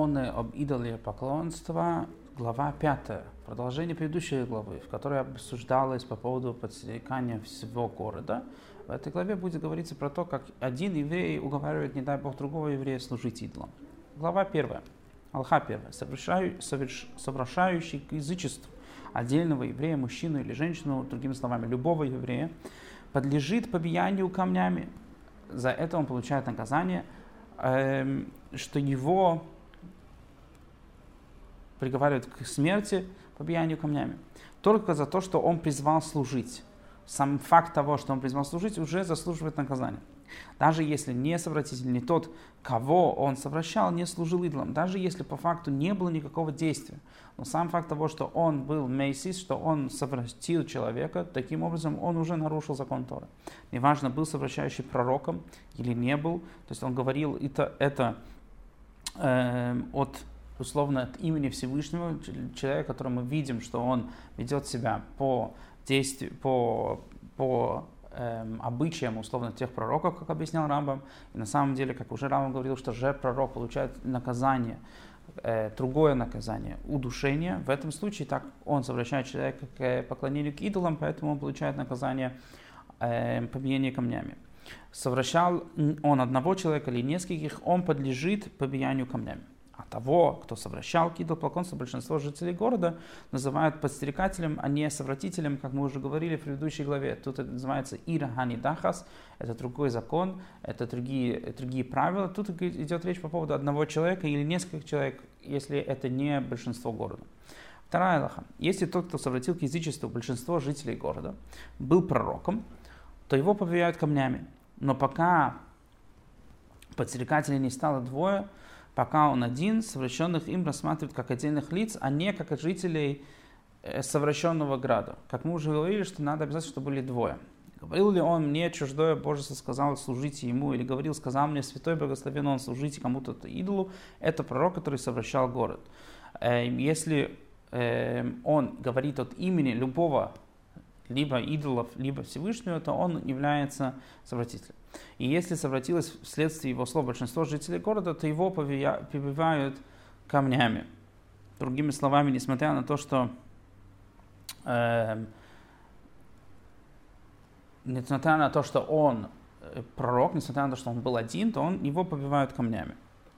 законы об идолопоклонстве, глава 5, продолжение предыдущей главы, в которой обсуждалось по поводу подстрекания всего города. В этой главе будет говориться про то, как один еврей уговаривает, не дай Бог, другого еврея служить идолам. Глава 1, Алха 1, совращающий к язычеству отдельного еврея, мужчину или женщину, другими словами, любого еврея, подлежит побиянию камнями. За это он получает наказание, что его приговаривают к смерти побиянию камнями. Только за то, что он призвал служить. Сам факт того, что он призвал служить, уже заслуживает наказания. Даже если не совратитель, не тот, кого он совращал, не служил идолам. Даже если по факту не было никакого действия. Но сам факт того, что он был мейсис, что он совратил человека, таким образом он уже нарушил закон Торы. Неважно, был совращающий пророком или не был. То есть он говорил это условно от имени Всевышнего, человека, которого мы видим, что он ведет себя по действию, по обычаям, условно, тех пророков, как объяснял Рамбам. И на самом деле, как уже Рамбам говорил, что же пророк получает наказание, другое наказание, удушение. В этом случае так он совращает человека к поклонению к идолам, поэтому он получает наказание побиение камнями. Совращал он одного человека или нескольких, он подлежит побиянию камнями. А того, кто совращал к идолопоклонству, большинство жителей города называют подстрекателем, а не совратителем, как мы уже говорили в предыдущей главе. Тут это называется ира ханидахас, это другой закон, это другие правила. Тут идет речь по поводу одного человека или нескольких человек, если это не большинство города. Вторая алаха. Если тот, кто совратил к язычеству большинство жителей города, был пророком, то его побивают камнями. Но пока подстрекателей не стало двое, пока он один, совращенных им рассматривают как отдельных лиц, а не как жителей совращенного града. Как мы уже говорили, что надо обязательно, чтобы были двое. Говорил ли он мне, чуждое божество сказал, служите ему, или говорил, сказал мне, святой благословен он, служите кому-то идолу, это пророк, который совращал город. Если он говорит от имени любого, либо идолов, либо Всевышнего, то он является совратителем. И если совратилось вследствие его слов большинство жителей города, то его побивают камнями. Другими словами, несмотря на то, что он пророк, несмотря на то, что он был один, то его побивают камнями.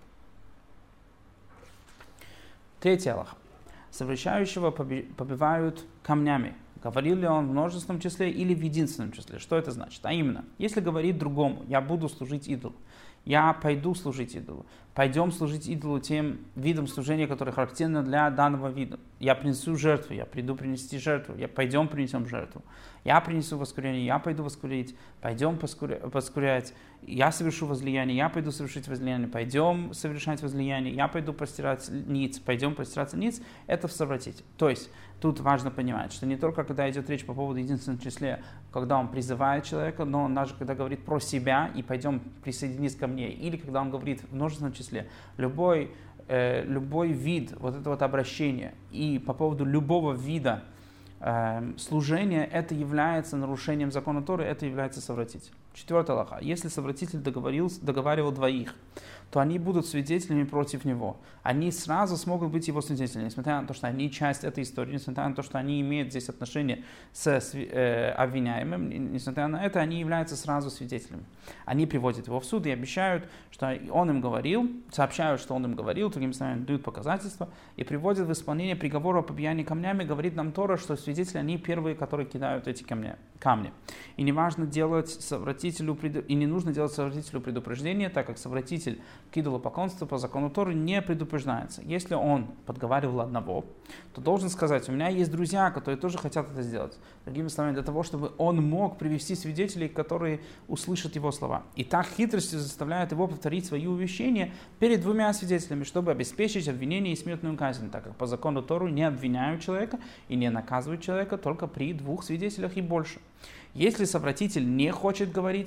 Третья алаха. Совращающего побивают камнями. Говорил ли он в множественном числе или в единственном числе? Что это значит? А именно, если говорит другому, я буду служить идолу, я пойду служить идолу, пойдем служить идолу тем видом служения, который характерно для данного вида. Я принесу жертву, я приду принести жертву, пойдем принесем жертву. Я принесу воскурение, я пойду воскурить, пойдем воскурять, я совершу возлияние, я пойду совершить возлияние, пойдем совершать возлияние, я пойду постирать ниц, пойдем постираться ниц, это совратить. То есть, тут важно понимать, что не только когда идет речь по поводу единственного числа, когда он призывает человека, но он даже когда говорит про себя и пойдем присоединись ко мне, или когда он говорит в множественном числе, любой вид вот этого обращения и по поводу любого вида служения, это является нарушением закона Торы, это является совратителем. Четвертая алаха. Если совратитель договаривал двоих, то они будут свидетелями против него. Они сразу смогут быть его свидетелями, несмотря на то, что они часть этой истории, несмотря на то, что они имеют здесь отношение с обвиняемым, несмотря на это, они являются сразу свидетелями. Они приводят его в суд и обещают, что он им говорил, сообщают, что он им говорил, другими словами, дают доказательства и приводят в исполнение приговора о побиянии камнями. Говорит нам Тора, что свидетели, они первые, которые кидают эти камни. И не важно делать совратителю, и не нужно делать совратителю предупреждение, так как совратитель к идолопоклонству по закону Торы не предупреждается. Если он подговаривал одного, то должен сказать, у меня есть друзья, которые тоже хотят это сделать. Другими словами, для того, чтобы он мог привести свидетелей, которые услышат его слова. И так хитростью заставляет его повторить свои увещения перед двумя свидетелями, чтобы обеспечить обвинение и смертную казнь, так как по закону Тору не обвиняют человека и не наказывают человека только при двух свидетелях и больше. Если совратитель не хочет говорить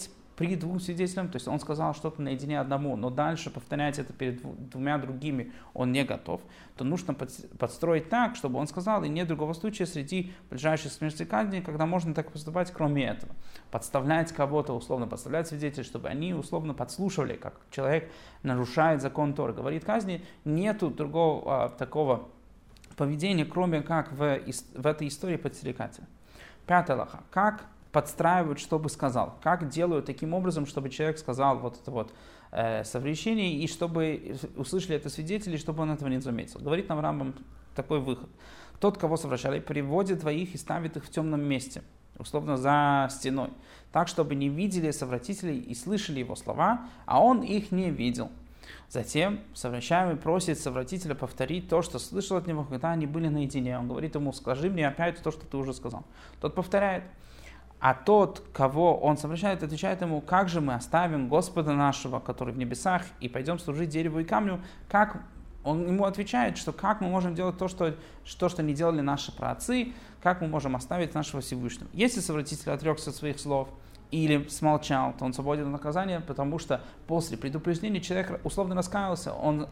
при двум свидетелям, то есть он сказал что-то наедине одному, но дальше повторять это перед двумя другими он не готов, то нужно подстроить так, чтобы он сказал, и нет другого случая среди ближайших смерти казни, когда можно так поступать, кроме этого. Подставлять кого-то, условно подставлять свидетелей, чтобы они условно подслушивали, как человек нарушает закон Торы. Говорит казни, нету другого такого поведения, кроме как в этой истории подстерегателя. 5-я алаха. Как подстраивают, чтобы сказал. Как делают таким образом, чтобы человек сказал вот это вот совращение, и чтобы услышали это свидетели, чтобы он этого не заметил. Говорит нам Рамбам такой выход. Тот, кого совращали, приводит двоих и ставит их в темном месте, условно за стеной, так, чтобы не видели совратителей и слышали его слова, а он их не видел. Затем совращаемый просит совратителя повторить то, что слышал от него, когда они были наедине. Он говорит ему: скажи мне опять то, что ты уже сказал. Тот повторяет. А тот, кого он совращает, отвечает ему: как же мы оставим Господа нашего, который в небесах, и пойдем служить дереву и камню? Как он ему отвечает, что как мы можем делать то, что не делали наши праотцы, как мы можем оставить нашего Всевышнего? Если совратитель отрекся от своих слов или смолчал, то он свободен от наказания, потому что после предупреждения человек условно раскаялся, он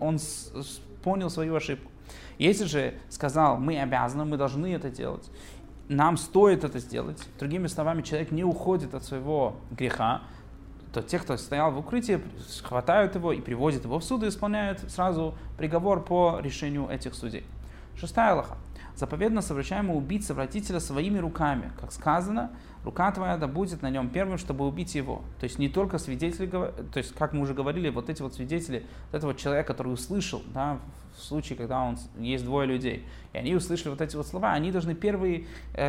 понял свою ошибку. Если же сказал: мы обязаны, мы должны это делать, нам стоит это сделать, другими словами, человек не уходит от своего греха, то те, кто стоял в укрытии, хватают его и приводят его в суд и исполняют сразу приговор по решению этих судей. 6-я алаха. Заповедно совращаемо убить совратителя своими руками. Как сказано, рука твоя да будет на нем первым, чтобы убить его. То есть не только свидетели, то есть, как мы уже говорили, вот эти вот свидетели, вот этого человека, который услышал, да, в случае, когда есть двое людей, и они услышали вот эти вот слова, они должны первые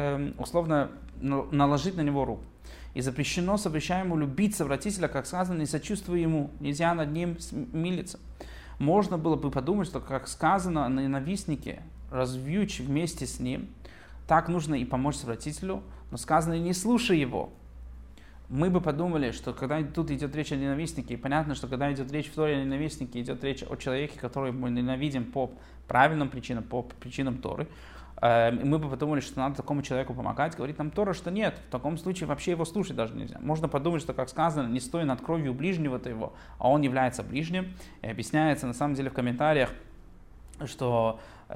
условно наложить на него руку. И запрещено совращаемому любить совратителя, как сказано, не сочувствуя ему, нельзя над ним милиться. Можно было бы подумать, что, как сказано, на ненавистнике развьючь вместе с ним, так нужно и помочь совратителю, но сказано: не слушай его. Мы бы подумали, что когда тут идет речь о ненавистнике, и понятно, что когда идет речь в Торе о ненавистнике, идет речь о человеке, которого мы ненавидим по правильным причинам, по причинам Торы, мы бы подумали, что надо такому человеку помогать. Говорит нам Тора, что нет, в таком случае вообще его слушать даже нельзя. Можно подумать, что, как сказано, не стой над кровью ближнего твоего, а он является ближним. И объясняется на самом деле в комментариях, что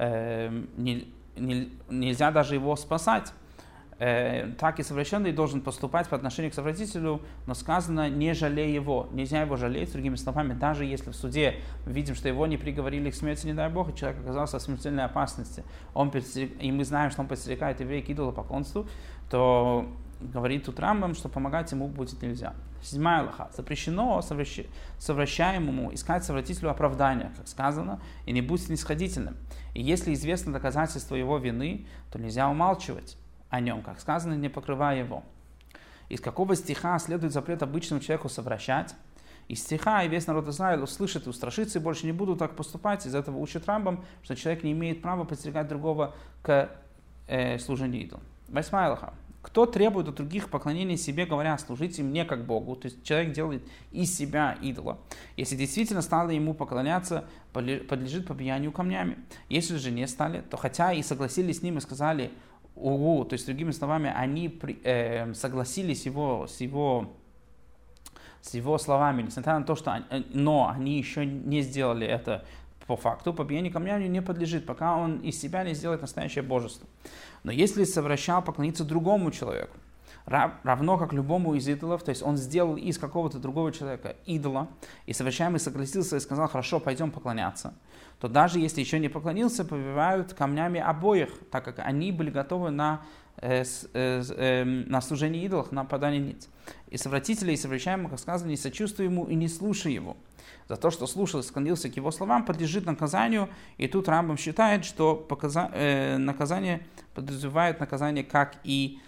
нельзя даже его спасать. Так и совращенный должен поступать по отношению к совратителю, но сказано: не жалей его, нельзя его жалеть. Другими словами, даже если в суде мы видим, что его не приговорили к смерти, не дай Бог, и человек оказался в смертельной опасности, и мы знаем, что он подстерегает еврея к идолопоклонству, то говорит тут Рамбам, что помогать ему будет нельзя. 7-я алаха. Запрещено совращаемому искать совратителю оправдания, как сказано, и не будь снисходительным. И если известно доказательство его вины, то нельзя умалчивать о нем, как сказано, не покрывая его. Из какого стиха следует запрет обычному человеку совращать? Из стиха: и весь народ Израиля услышит и устрашится, и больше не будут так поступать. Из этого учит Рамбам, что человек не имеет права подстерегать другого к служению идолам. 8-я алаха. Кто требует от других поклонения себе, говоря: служите мне как Богу, то есть человек делает из себя идола. Если действительно стали ему поклоняться, подлежит побиянию камнями. Если же не стали, то хотя и согласились с ним и сказали угу, то есть, другими словами, они согласились с его словами, несмотря на то, что но они еще не сделали это по факту, побиение камнями не подлежит, пока он из себя не сделает настоящее божество. Но если совращал поклониться другому человеку, равно как любому из идолов, то есть он сделал из какого-то другого человека идола, и совращаемый согласился и сказал: хорошо, пойдем поклоняться, то даже если еще не поклонился, побивают камнями обоих, так как они были готовы на служение идолов, на подание ниц. И совратителя и совращаемого, как сказано, не сочувствуй ему и не слушай его. За то, что слушал и склонился к его словам, подлежит наказанию. И тут Рамбам считает, что наказание подразумевает наказание, как и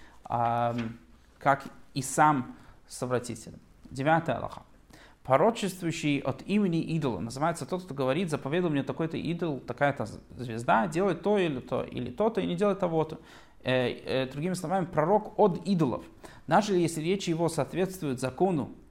сам совратитель. 9-я алаха. Пророчествующий от имени идола называется тот, кто говорит: заповедал мне такой-то идол, такая-то звезда, делать то или то-то, и не делать того-то. Другими словами, пророк от идолов. Даже если речь его соответствует закону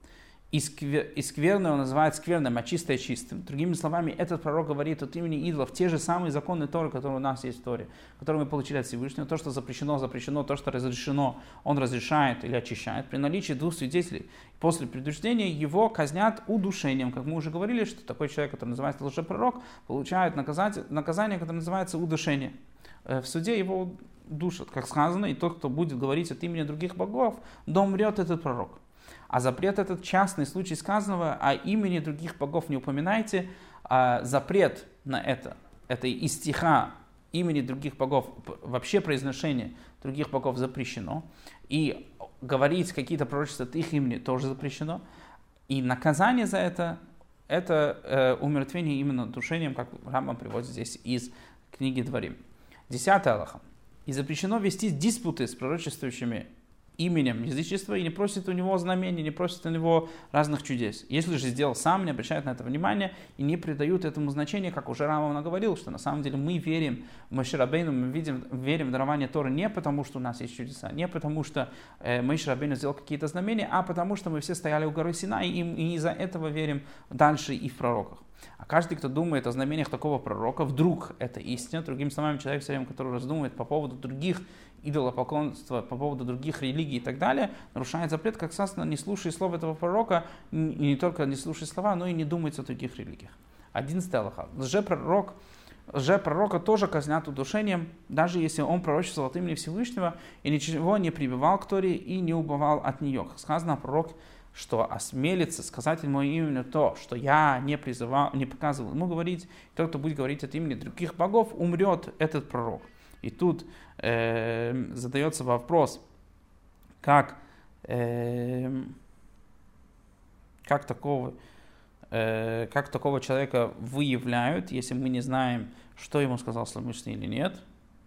И скверное он называет скверным, а чистое чистым. Другими словами, этот пророк говорит от имени идолов те же самые законы Торы, которые у нас есть в Торе, которые мы получили от Всевышнего. То, что запрещено, запрещено, то, что разрешено, он разрешает или очищает. При наличии двух свидетелей после предупреждения его казнят удушением. Как мы уже говорили, что такой человек, который называется лжепророк, получает наказание, которое называется удушение. В суде его душат, как сказано, и тот, кто будет говорить от имени других богов, да умрет этот пророк. А запрет этот частный случай сказанного, о имени других богов не упоминайте, запрет на это из стиха имени других богов, вообще произношение других богов запрещено, и говорить какие-то пророчества от их имени тоже запрещено, и наказание за это умертвение именно душением, как Рамбам приводит здесь из книги Дворим. 10 алаха. И запрещено вести диспуты с пророчествующими именем язычества и не просит у него знамений, не просит у него разных чудес. Если же сделал сам, не обращают на это внимания и не придают этому значения, как уже Рамбам говорил, что на самом деле мы верим в Моше Рабейну, мы верим в дарование Торы не потому, что у нас есть чудеса, не потому, что Моше Рабейну сделал какие-то знамения, а потому, что мы все стояли у горы Синай и из-за этого верим дальше и в пророках. А каждый, кто думает о знамениях такого пророка, вдруг это истина. Другими словами, человек, все время, который раздумывает по поводу других идолопоклонства, по поводу других религий и так далее, нарушает запрет, как сказано, не слушай слов этого пророка, и не только не слушай слова, но и не думать о других религиях. 11 алаха. Лжепророка тоже казнят удушением, даже если он пророчествовал от имени Всевышнего и ничего не прибивал к Торе и не убывал от нее. Как сказано, пророк, что осмелится сказать ему именно то, что я не призывал, не показывал ему говорить, тот, кто будет говорить от имени других богов, умрет этот пророк. И тут задается вопрос, как такого человека выявляют, если мы не знаем, что ему сказал Всевышний или нет.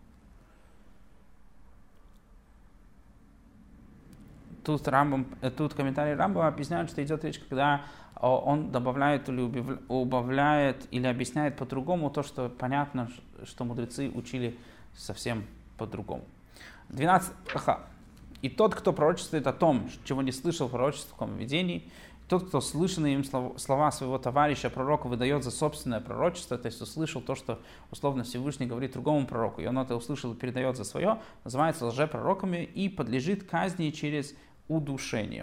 Тут комментарий Рамбама объясняют, что идет речь, когда он добавляет или убавляет или объясняет по-другому то, что понятно, что мудрецы учили совсем по-другому. 12. И тот, кто пророчествует о том, чего не слышал в пророческом видении, тот, кто слышанные им слова своего товарища, пророка, выдает за собственное пророчество, то есть услышал то, что условно Всевышний говорит другому пророку, и он это услышал и передает за свое, называется лжепророками и подлежит казни через удушение.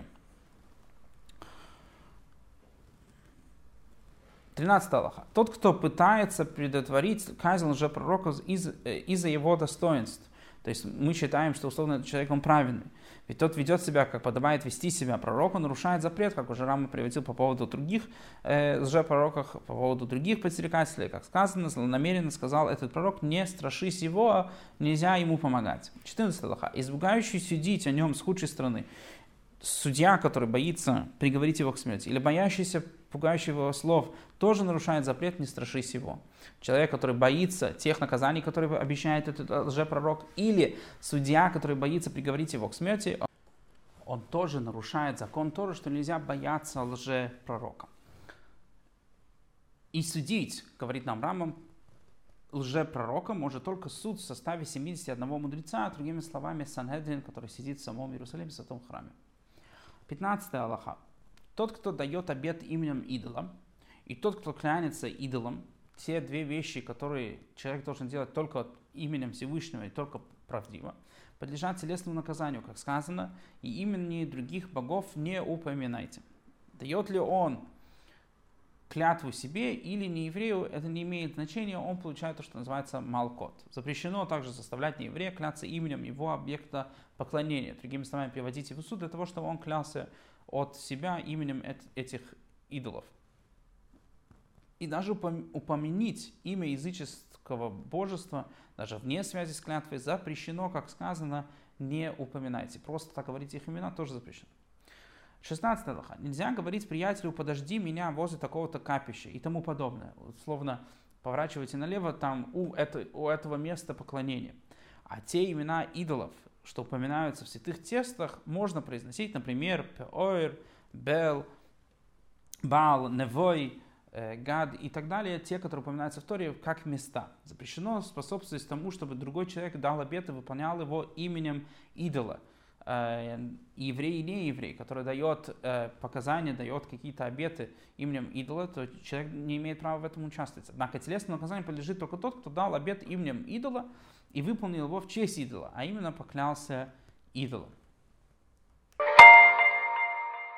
13 алаха. Тот, кто пытается предотвратить казнь лжепророка из-за его достоинств. То есть мы считаем, что условно этот человек он праведный. Ведь тот ведет себя, как подобает вести себя пророку, нарушает запрет, как уже Рамбам приводил по поводу других лжепророков, по поводу других подстрекателей. Как сказано, злонамеренно сказал этот пророк, не страшись его, нельзя ему помогать. 14 алаха. Избегающий судить о нем с худшей стороны. Судья, который боится приговорить его к смерти, или боящийся, пугающий его слов, тоже нарушает запрет, не страшись его. Человек, который боится тех наказаний, которые обещает этот лжепророк, или судья, который боится приговорить его к смерти, он тоже нарушает закон Торы, что нельзя бояться лжепророка. И судить, говорит нам Рамбам, лжепророка может только суд в составе 71 мудреца, другими словами, Сангедрин, который сидит в самом Иерусалиме, в святом храме. 15 алаха. Тот, кто дает обет именем идола, и тот, кто клянется идолом, те две вещи, которые человек должен делать только именем Всевышнего и только правдиво, подлежат телесному наказанию, как сказано, и имени других богов не упоминайте. Дает ли он клятву себе или нееврею, это не имеет значения, он получает то, что называется малкот. Запрещено также заставлять нееврея кляться именем его объекта поклонения. Другими словами, приводить его в суд для того, чтобы он клялся от себя именем этих идолов. И даже упомянить имя языческого божества, даже вне связи с клятвой, запрещено, как сказано, не упоминайте. Просто так говорить их имена тоже запрещено. 16 алаха. Нельзя говорить приятелю, подожди меня возле такого-то капища и тому подобное. Условно, поворачивайте налево, там у этого места поклонения. А те имена идолов, что упоминаются в святых текстах, можно произносить, например, Пеор, Бел, Баал, Невой, Гад и так далее, те, которые упоминаются в Торе, как места. Запрещено способствовать тому, чтобы другой человек дал обет и выполнял его именем идола. еврей и нееврей, который дает показания, дает какие-то обеты именем идола, то человек не имеет права в этом участвовать. Однако телесное наказание подлежит только тот, кто дал обет именем идола и выполнил его в честь идола, а именно поклялся идолом.